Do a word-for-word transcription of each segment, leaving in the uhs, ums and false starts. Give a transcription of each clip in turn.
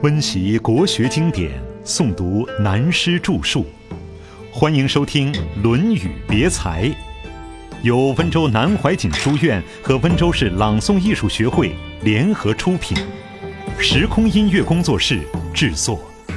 温习国学经典，诵读南师著述。欢迎收听《论语别裁》，由温州南怀瑾书院和温州市朗诵艺术学会联合出品，时空音乐工作室制作。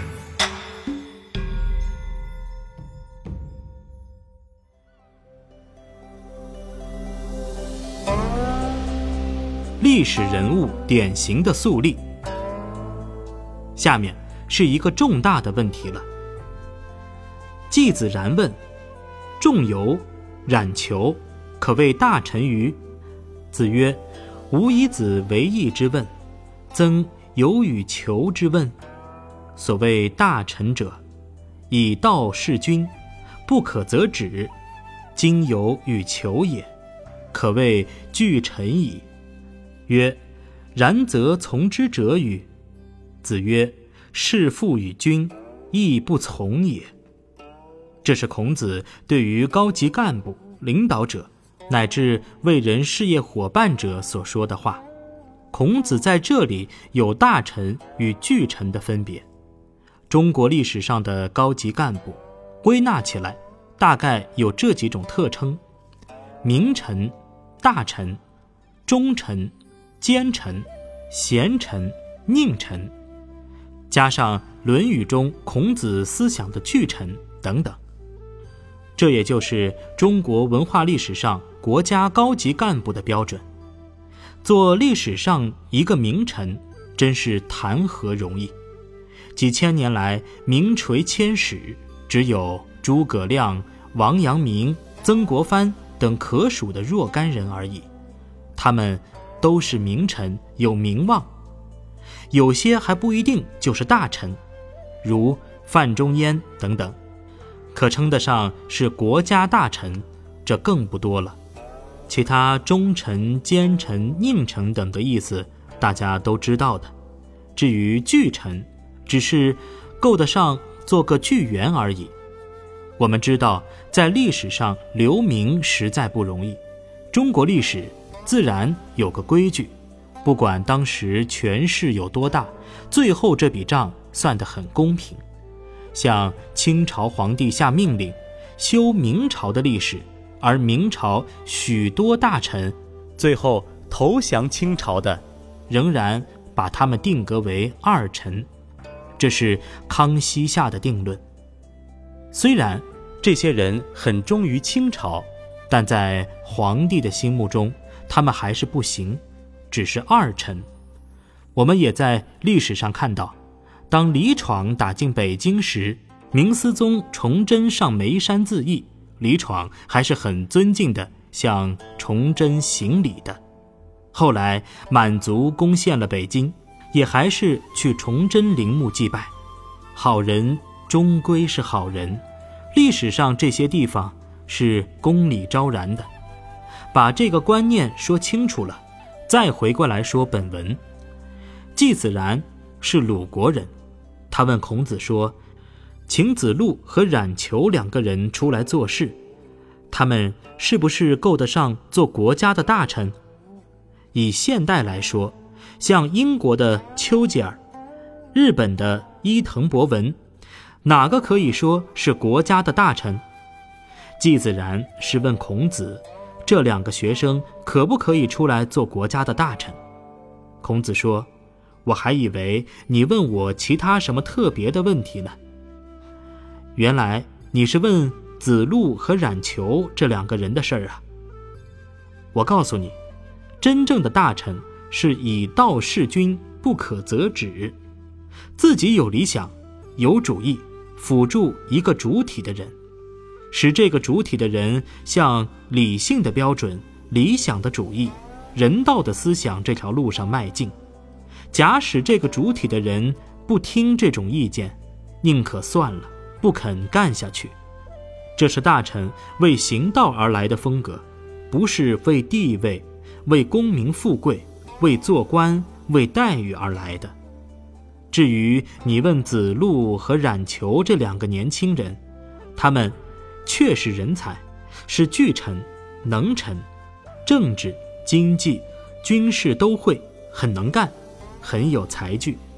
历史人物典型的肃立。下面是一个重大的问题了。季子然问：仲由、冉求可谓大臣于？子曰：吾以子为义之问，曾有与求之问。所谓大臣者，以道事君，不可则止，今有与求也，可谓具臣矣。曰：然则从之者与？子曰：事父与君，亦不从也。这是孔子对于高级干部、领导者乃至为人事业伙伴者所说的话。孔子在这里有大臣与巨臣的分别。中国历史上的高级干部归纳起来大概有这几种特称：名臣、大臣、忠臣、奸臣、贤臣、佞臣，加上《论语》中孔子思想的巨臣等等。这也就是中国文化历史上国家高级干部的标准。做历史上一个名臣，真是谈何容易。几千年来名垂千史，只有诸葛亮、王阳明、曾国藩等可数的若干人而已。他们都是名臣，有名望，有些还不一定就是大臣，如范仲淹等等，可称得上是国家大臣，这更不多了。其他忠臣、奸臣、佞臣等的意思大家都知道的。至于巨臣，只是够得上做个巨员而已。我们知道在历史上留名实在不容易，中国历史自然有个规矩，不管当时权势有多大，最后这笔账算得很公平。像清朝皇帝下命令修明朝的历史，而明朝许多大臣最后投降清朝的，仍然把他们定格为二臣，这是康熙下的定论。虽然这些人很忠于清朝，但在皇帝的心目中他们还是不行，只是二臣。我们也在历史上看到，当李闯打进北京时，明思宗崇祯上眉山自缢，李闯还是很尊敬地向崇祯行礼的。后来满族攻陷了北京，也还是去崇祯陵墓祭拜。好人终归是好人，历史上这些地方是公理昭然的。把这个观念说清楚了，再回过来说本文。季子然是鲁国人，他问孔子说，请子路和冉求两个人出来做事，他们是不是够得上做国家的大臣？以现代来说，像英国的丘吉尔、日本的伊藤博文，哪个可以说是国家的大臣？季子然是问孔子，这两个学生可不可以出来做国家的大臣？孔子说，我还以为你问我其他什么特别的问题呢。原来你是问子路和冉求这两个人的事儿啊。我告诉你，真正的大臣是以道事君，不可则止，自己有理想、有主意，辅助一个主体的人，使这个主体的人向理性的标准、理想的主义、人道的思想这条路上迈进。假使这个主体的人不听这种意见，宁可算了，不肯干下去。这是大臣为行道而来的风格，不是为地位、为功名富贵、为做官、为待遇而来的。至于你问子路和冉求这两个年轻人，他们确是人才，是巨臣、能臣，政治、经济、军事都会，很能干，很有才具，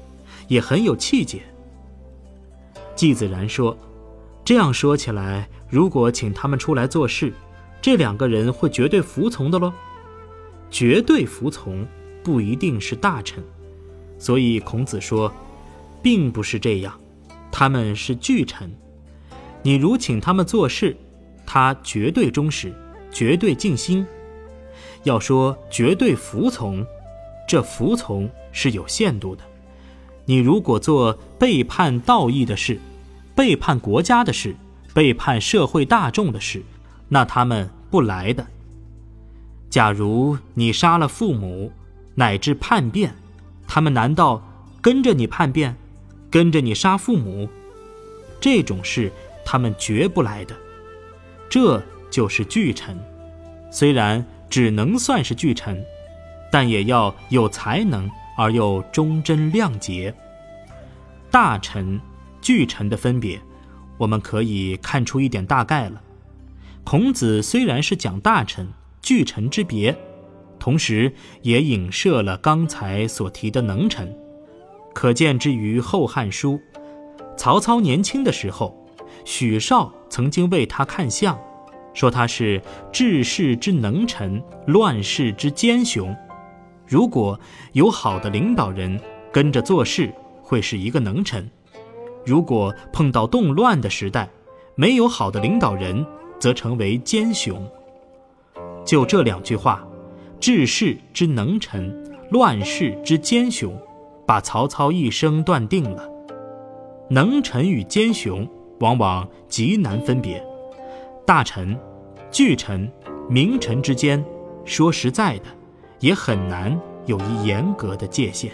也很有气节。季子然说，这样说起来，如果请他们出来做事，这两个人会绝对服从的咯。绝对服从不一定是大臣，所以孔子说并不是这样，他们是巨臣，你如请他们做事，他绝对忠实，绝对尽心。要说绝对服从，这服从是有限度的。你如果做背叛道义的事，背叛国家的事，背叛社会大众的事，那他们不来的。假如你杀了父母，乃至叛变，他们难道跟着你叛变，跟着你杀父母？这种事他们绝不来的。这就是巨臣，虽然只能算是巨臣，但也要有才能而又忠贞亮节。大臣、巨臣的分别，我们可以看出一点大概了。孔子虽然是讲大臣、巨臣之别，同时也影射了刚才所提的能臣。可见之于《后汉书》，曹操年轻的时候，许绍曾经为他看相，说他是治世之能臣，乱世之奸雄。如果有好的领导人跟着做事，会是一个能臣；如果碰到动乱的时代，没有好的领导人，则成为奸雄。就这两句话，治世之能臣，乱世之奸雄，把曹操一生断定了。能臣与奸雄往往极难分别，大臣、巨臣、名臣之间，说实在的，也很难有一严格的界限。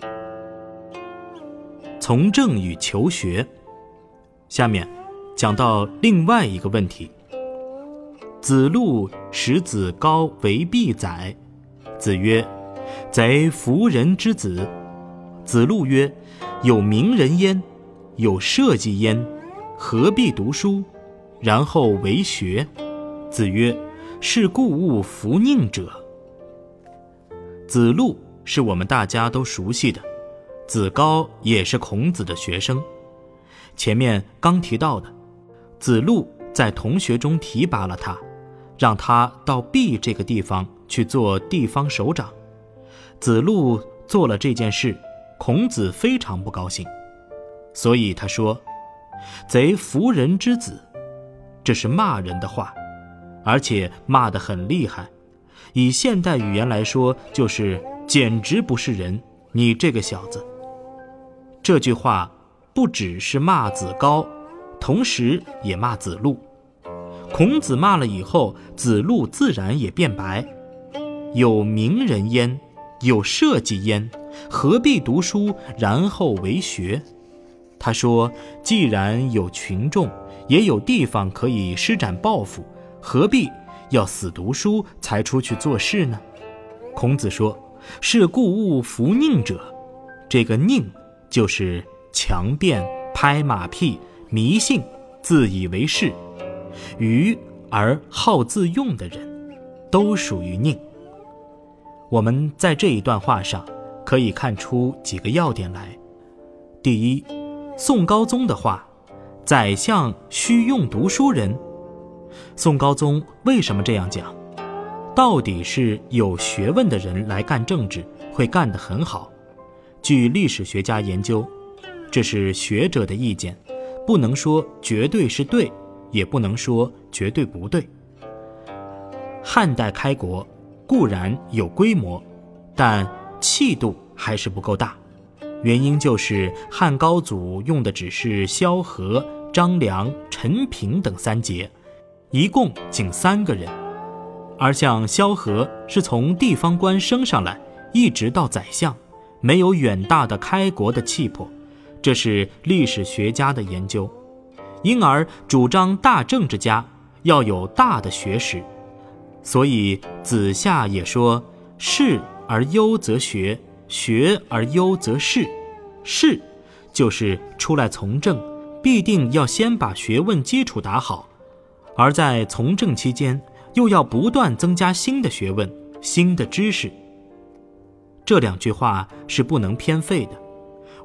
从政与求学，下面讲到另外一个问题。子路使子高为必宰，子曰：贼夫人之子。子路曰：有名人焉，有社稷焉，何必读书，然后为学？子曰：是故勿服佞者。子路是我们大家都熟悉的，子高也是孔子的学生。前面刚提到的，子路在同学中提拔了他，让他到毕这个地方去做地方首长。子路做了这件事，孔子非常不高兴，所以他说：贼夫人之子。这是骂人的话，而且骂得很厉害。以现代语言来说，就是简直不是人，你这个小子。这句话不只是骂子高，同时也骂子路。孔子骂了以后，子路自然也辩白：有名人焉，有社稷焉，何必读书，然后为学？他说，既然有群众，也有地方可以施展抱负，何必要死读书才出去做事呢？孔子说，是故勿服佞者。这个佞就是强辩、拍马屁、迷信、自以为是、愚而好自用的人，都属于佞。我们在这一段话上可以看出几个要点来。第一，宋高宗的话，宰相须用读书人。宋高宗为什么这样讲？到底是有学问的人来干政治，会干得很好。据历史学家研究，这是学者的意见，不能说绝对是对，也不能说绝对不对。汉代开国固然有规模，但气度还是不够大。原因就是汉高祖用的只是萧何、张良、陈平等三杰，一共仅三个人。而像萧何是从地方官升上来，一直到宰相，没有远大的开国的气魄，这是历史学家的研究。因而主张大政治家要有大的学识，所以子夏也说：士而优则学，学而优则仕。士就是出来从政，必定要先把学问基础打好，而在从政期间又要不断增加新的学问、新的知识。这两句话是不能偏废的。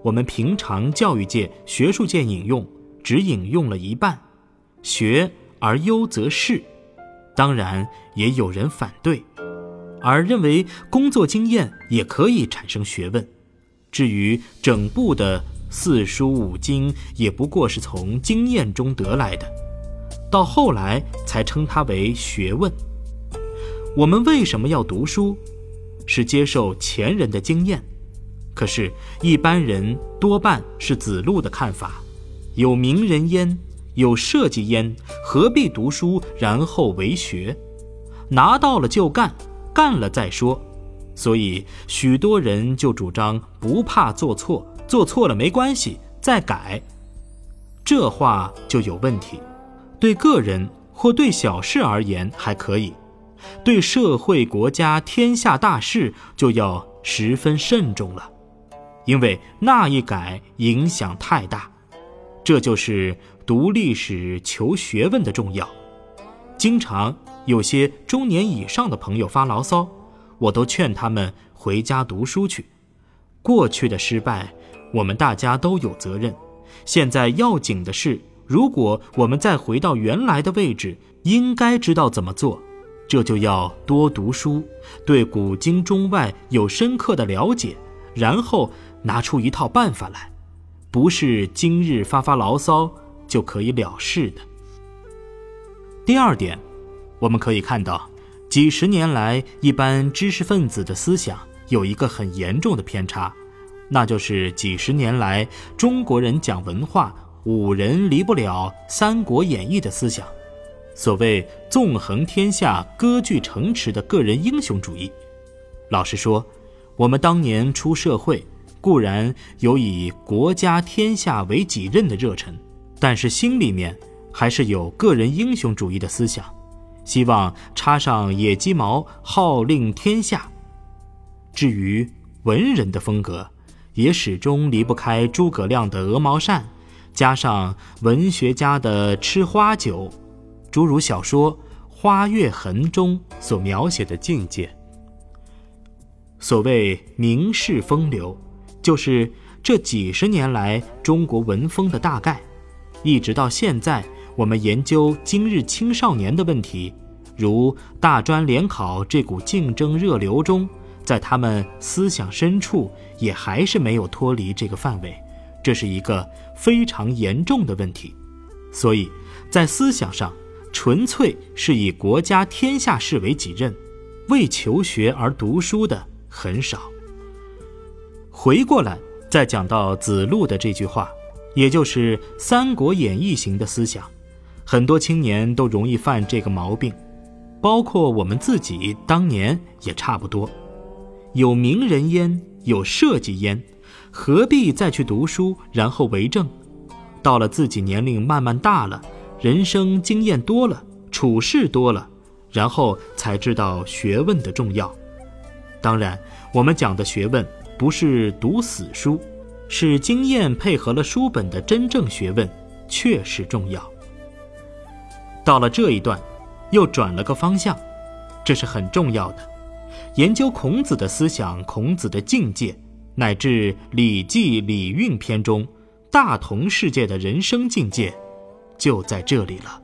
我们平常教育界、学术界引用，只引用了一半，学而优则仕。当然也有人反对，而认为工作经验也可以产生学问。至于整部的四书五经，也不过是从经验中得来的，到后来才称它为学问。我们为什么要读书？是接受前人的经验。可是一般人多半是子路的看法，有名人焉，有社稷焉，何必读书然后为学？拿到了就干，干了再说。所以许多人就主张不怕做错，做错了没关系，再改。这话就有问题。对个人或对小事而言还可以，对社会、国家、天下大事就要十分慎重了，因为那一改影响太大。这就是读历史求学问的重要。经常有些中年以上的朋友发牢骚，我都劝他们回家读书去。过去的失败，我们大家都有责任。现在要紧的是，如果我们再回到原来的位置，应该知道怎么做。这就要多读书，对古今中外有深刻的了解，然后拿出一套办法来，不是今日发发牢骚就可以了事的。第二点，我们可以看到，几十年来一般知识分子的思想有一个很严重的偏差，那就是几十年来中国人讲文化，五人离不了《三国演义》的思想，所谓纵横天下、割据城池的个人英雄主义。老实说，我们当年出社会，固然有以国家天下为己任的热忱，但是心里面还是有个人英雄主义的思想，希望插上野鸡毛，号令天下。至于文人的风格，也始终离不开诸葛亮的鹅毛扇，加上文学家的吃花酒，诸如小说《花月痕》中所描写的境界。所谓名士风流，就是这几十年来中国文风的大概。一直到现在，我们研究今日青少年的问题，如大专联考这股竞争热流中，在他们思想深处也还是没有脱离这个范围，这是一个非常严重的问题。所以在思想上，纯粹是以国家天下事为己任，为求学而读书的很少。回过来再讲到子路的这句话，也就是《三国演义》型的思想，很多青年都容易犯这个毛病，包括我们自己当年也差不多。有名人焉，有社稷焉，何必再去读书然后为政？到了自己年龄慢慢大了，人生经验多了，处事多了，然后才知道学问的重要。当然，我们讲的学问不是读死书，是经验配合了书本的真正学问，确实重要。到了这一段，又转了个方向，这是很重要的。研究孔子的思想，孔子的境界，乃至《礼记·礼运》篇中大同世界的人生境界，就在这里了。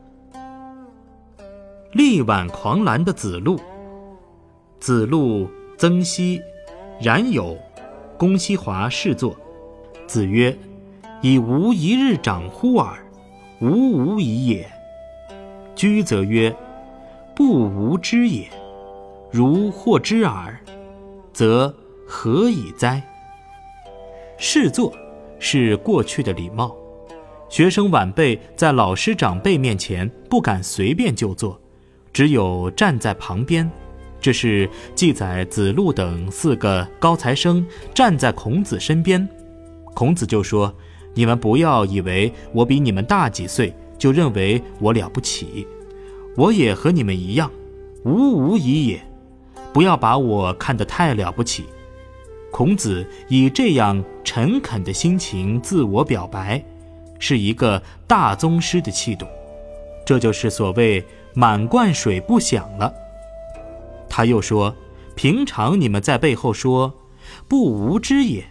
力挽狂澜的子路，子路、曾皙、冉有、公西华侍坐。子曰：以无一日长乎尔？吾无以也。居则曰：不吾知也。如获之耳，则何以哉？侍坐是过去的礼貌，学生晚辈在老师长辈面前不敢随便就坐，只有站在旁边。这是记载子路等四个高材生站在孔子身边，孔子就说：你们不要以为我比你们大几岁就认为我了不起，我也和你们一样，吾无以也，不要把我看得太了不起。孔子以这样诚恳的心情自我表白，是一个大宗师的气度，这就是所谓满贯水不响了。他又说：平常你们在背后说不吾知也，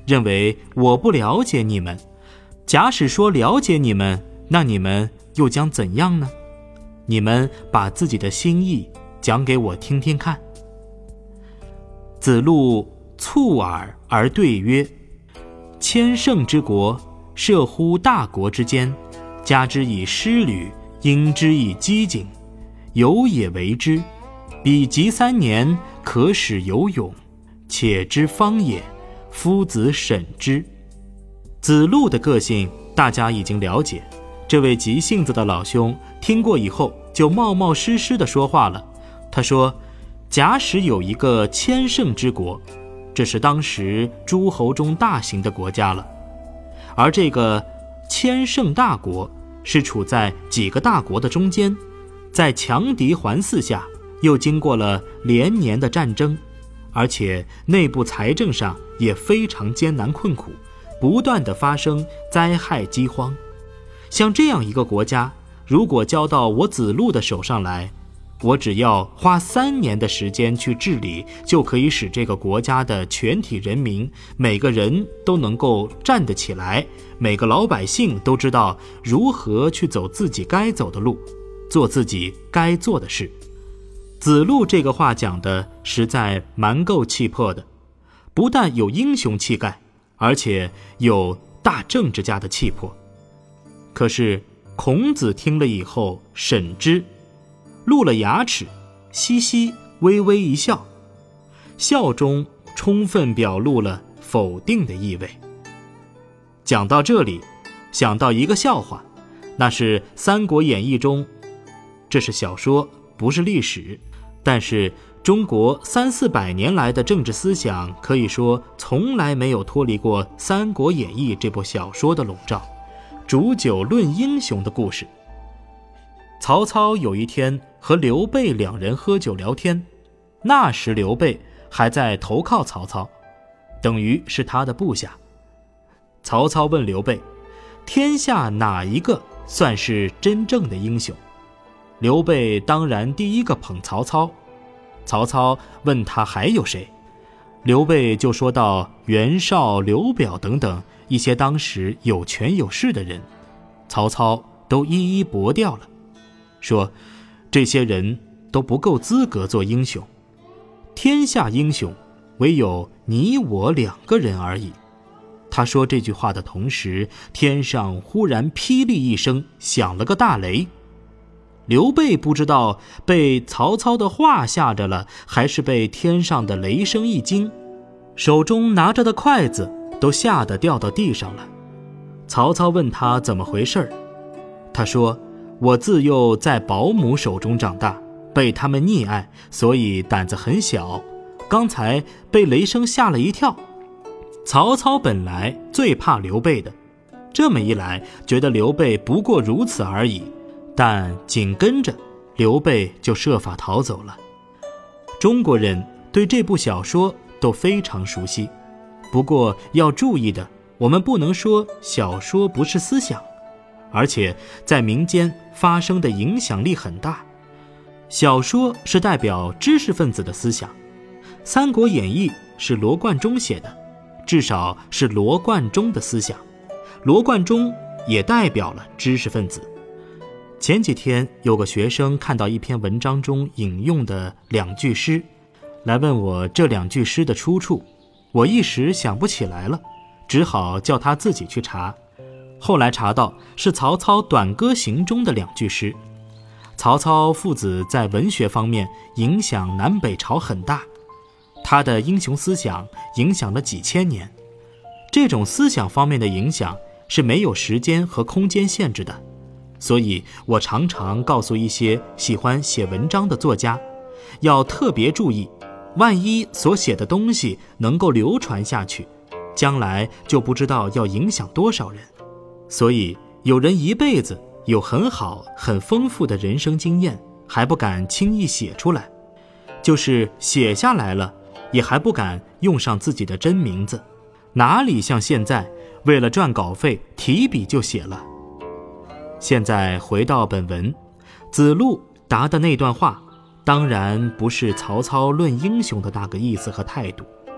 认为我不了解你们。假使说了解你们，那你们又将怎样呢？你们把自己的心意讲给我听听看。子路蹙耳而对曰：千乘之国，射乎大国之间，加之以师旅，因之以机警，有也为之。彼及三年，可使有勇，且之方也，夫子审之。子路的个性大家已经了解，这位急性子的老兄听过以后就冒冒失失地说话了。他说，假使有一个千乘之国，这是当时诸侯中大型的国家了，而这个千乘大国是处在几个大国的中间，在强敌环伺下，又经过了连年的战争，而且内部财政上也非常艰难困苦，不断的发生灾害饥荒。像这样一个国家，如果交到我子路的手上来，我只要花三年的时间去治理，就可以使这个国家的全体人民每个人都能够站得起来，每个老百姓都知道如何去走自己该走的路，做自己该做的事。子路这个话讲的实在蛮够气魄的，不但有英雄气概，而且有大政治家的气魄。可是孔子听了以后审之，露了牙齿，嘻嘻微微一笑，笑中充分表露了否定的意味。讲到这里，想到一个笑话，那是《三国演义》中，这是小说，不是历史，但是中国三四百年来的政治思想可以说从来没有脱离过《三国演义》这部小说的笼罩。煮酒论英雄的故事。曹操有一天和刘备两人喝酒聊天，那时刘备还在投靠曹操，等于是他的部下。曹操问刘备，天下哪一个算是真正的英雄？刘备当然第一个捧曹操。曹操问他还有谁，刘备就说到袁绍、刘表等等一些当时有权有势的人，曹操都一一驳掉了，说这些人都不够资格做英雄，天下英雄唯有你我两个人而已。他说这句话的同时，天上忽然霹雳一声，响了个大雷。刘备不知道被曹操的话吓着了，还是被天上的雷声一惊，手中拿着的筷子都吓得掉到地上了。曹操问他怎么回事，他说，我自幼在保姆手中长大，被他们溺爱，所以胆子很小，刚才被雷声吓了一跳。曹操本来最怕刘备的，这么一来觉得刘备不过如此而已，但紧跟着刘备就设法逃走了。中国人对这部小说都非常熟悉，不过要注意的，我们不能说小说不是思想，而且在民间发生的影响力很大。小说是代表知识分子的思想，《三国演义》是罗贯中写的，至少是罗贯中的思想，罗贯中也代表了知识分子。前几天有个学生看到一篇文章中引用的两句诗，来问我这两句诗的出处，我一时想不起来了，只好叫他自己去查。后来查到是曹操《短歌行》中的两句诗。曹操父子在文学方面影响南北朝很大，他的英雄思想影响了几千年。这种思想方面的影响是没有时间和空间限制的，所以我常常告诉一些喜欢写文章的作家，要特别注意，万一所写的东西能够流传下去，将来就不知道要影响多少人。所以有人一辈子有很好很丰富的人生经验，还不敢轻易写出来，就是写下来了，也还不敢用上自己的真名字，哪里像现在为了赚稿费提笔就写了。现在回到本文，子路答的那段话当然不是曹操论英雄的那个意思和态度，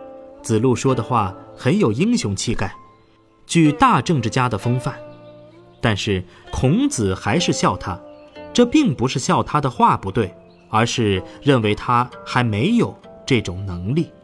子路说的话很有英雄气概，具大政治家的风范。但是孔子还是笑他，这并不是笑他的话不对，而是认为他还没有这种能力。